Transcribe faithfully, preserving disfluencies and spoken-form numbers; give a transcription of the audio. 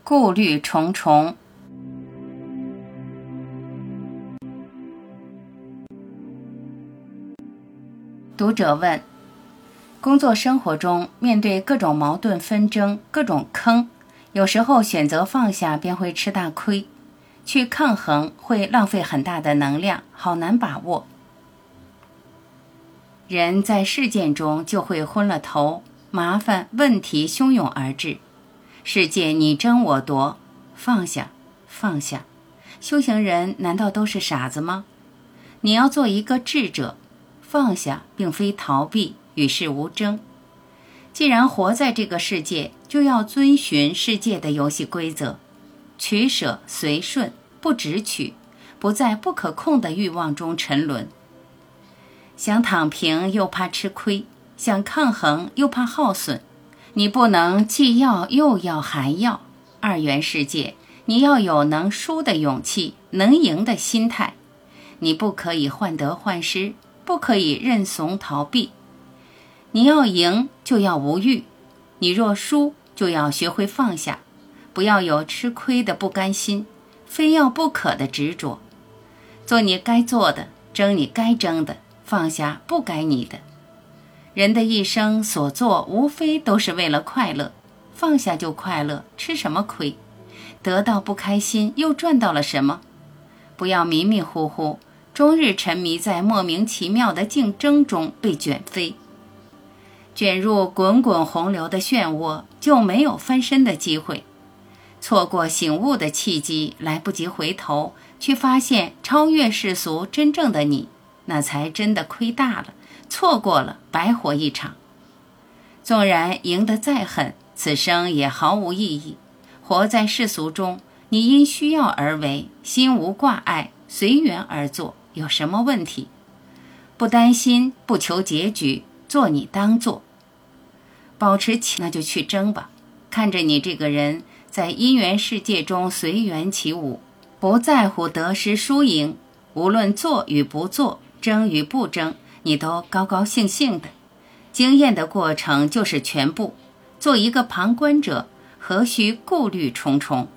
顾虑重重。读者问：工作生活中面对各种矛盾纷争，各种坑，有时候选择放下便会吃大亏，去抗衡会浪费很大的能量，好难把握。人在事件中就会昏了头，麻烦问题汹涌而至，世界你争我夺，放下放下。修行人难道都是傻子吗？你要做一个智者，放下并非逃避，与世无争。既然活在这个世界，就要遵循世界的游戏规则，取舍随顺，不执取，不在不可控的欲望中沉沦。想躺平又怕吃亏，想抗衡又怕耗损，你不能既要又要还要。二元世界，你要有能输的勇气，能赢的心态。你不可以患得患失，不可以认怂逃避。你要赢就要无欲，你若输就要学会放下，不要有吃亏的不甘心，非要不可的执着。做你该做的，争你该争的，放下不该你的。人的一生所做无非都是为了快乐，放下就快乐，吃什么亏？得到不开心又赚到了什么？不要迷迷糊糊，终日沉迷在莫名其妙的竞争中被卷飞。卷入滚滚洪流的漩涡，就没有翻身的机会。错过醒悟的契机，来不及回头，却发现超越世俗真正的你，那才真的亏大了，错过了白活一场。纵然赢得再狠，此生也毫无意义。活在世俗中，你因需要而为，心无挂碍，随缘而做，有什么问题？不担心，不求结局，做你当做。保持起，那就去争吧。看着你这个人在因缘世界中随缘起舞，不在乎得失输赢，无论做与不做，争与不争，你都高高兴兴的。经验的过程就是全部，做一个旁观者，何须顾虑重重？